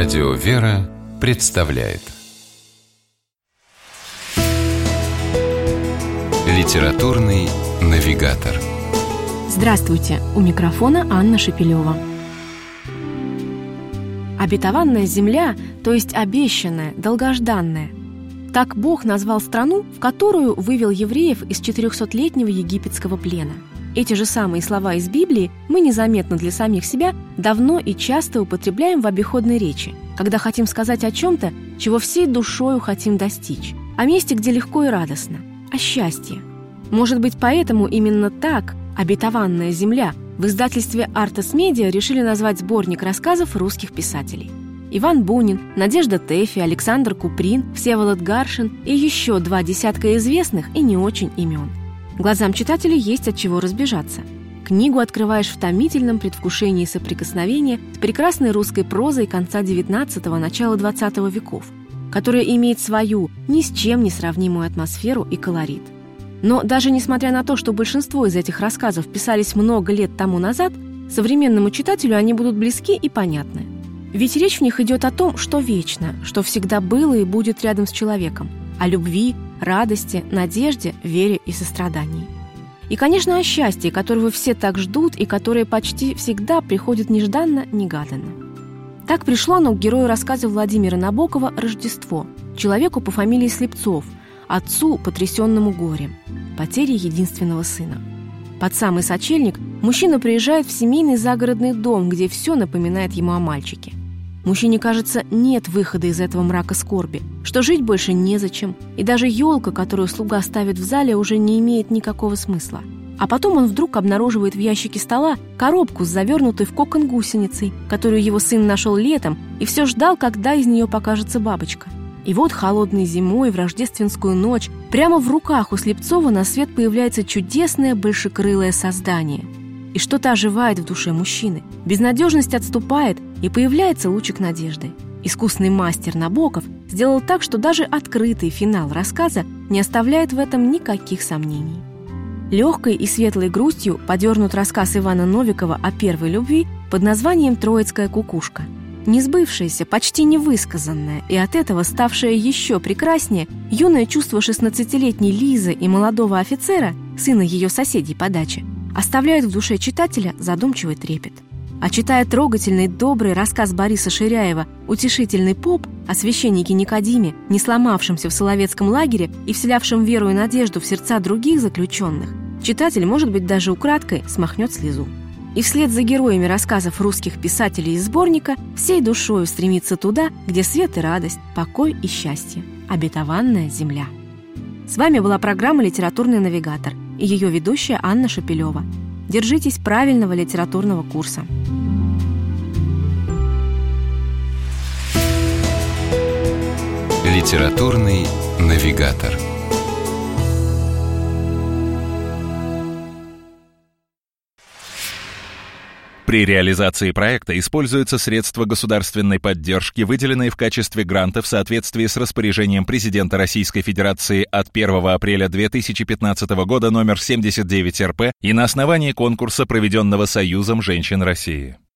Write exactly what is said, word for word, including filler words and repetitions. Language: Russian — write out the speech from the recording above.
Радио «Вера» представляет Литературный навигатор. Здравствуйте! У микрофона Анна Шепелева. Обетованная земля, то есть обещанная, долгожданная. Так Бог назвал страну, в которую вывел евреев из четырехсотлетнего египетского плена. Эти же самые слова из Библии мы незаметно для самих себя давно и часто употребляем в обиходной речи, когда хотим сказать о чем-то, чего всей душою хотим достичь, о месте, где легко и радостно, о счастье. Может быть, поэтому именно так «Обетованная земля» в издательстве «Артас Медиа» решили назвать сборник рассказов русских писателей. Иван Бунин, Надежда Тэфи, Александр Куприн, Всеволод Гаршин и еще два десятка известных и не очень имен. Глазам читателя есть от чего разбежаться. Книгу открываешь в томительном предвкушении соприкосновения с прекрасной русской прозой конца девятнадцатого – начала двадцатого веков, которая имеет свою, ни с чем не сравнимую атмосферу и колорит. Но даже несмотря на то, что большинство из этих рассказов писались много лет тому назад, современному читателю они будут близки и понятны. Ведь речь в них идет о том, что вечно, что всегда было и будет рядом с человеком, о любви, радости, надежде, вере и сострадании. И, конечно, о счастье, которого все так ждут и которое почти всегда приходит нежданно-негаданно. Так пришло оно к герою рассказа Владимира Набокова «Рождество», человеку по фамилии Слепцов, отцу, потрясенному горем, потерей единственного сына. Под самый сочельник мужчина приезжает в семейный загородный дом, где все напоминает ему о мальчике. Мужчине кажется, нет выхода из этого мрака скорби, что жить больше незачем, и даже елка, которую слуга ставит в зале, уже не имеет никакого смысла. А потом он вдруг обнаруживает в ящике стола коробку с завернутой в кокон гусеницей, которую его сын нашел летом и все ждал, когда из нее покажется бабочка. И вот холодной зимой в рождественскую ночь прямо в руках у Слепцова на свет появляется чудесное большекрылое создание. И что-то оживает в душе мужчины. Безнадежность отступает, и появляется лучик надежды. Искусный мастер Набоков сделал так, что даже открытый финал рассказа не оставляет в этом никаких сомнений. Легкой и светлой грустью подернут рассказ Ивана Новикова о первой любви под названием «Троицкая кукушка». Несбывшееся, почти невысказанное и от этого ставшее еще прекраснее, юное чувство шестнадцатилетней Лизы и молодого офицера, сына ее соседей по даче, оставляет в душе читателя задумчивый трепет. А читая трогательный, добрый рассказ Бориса Ширяева «Утешительный поп» о священнике Никодиме, не сломавшемся в Соловецком лагере и вселявшем веру и надежду в сердца других заключенных, читатель, может быть, даже украдкой смахнет слезу. И вслед за героями рассказов русских писателей из сборника всей душою стремится туда, где свет и радость, покой и счастье. Обетованная земля. С вами была программа «Литературный навигатор» и ее ведущая Анна Шепелева. Держитесь правильного литературного курса. Литературный навигатор. При реализации проекта используются средства государственной поддержки, выделенные в качестве гранта в соответствии с распоряжением президента Российской Федерации от первого апреля две тысячи пятнадцатого года номер семьдесят девять эр пэ и на основании конкурса, проведенного Союзом женщин России.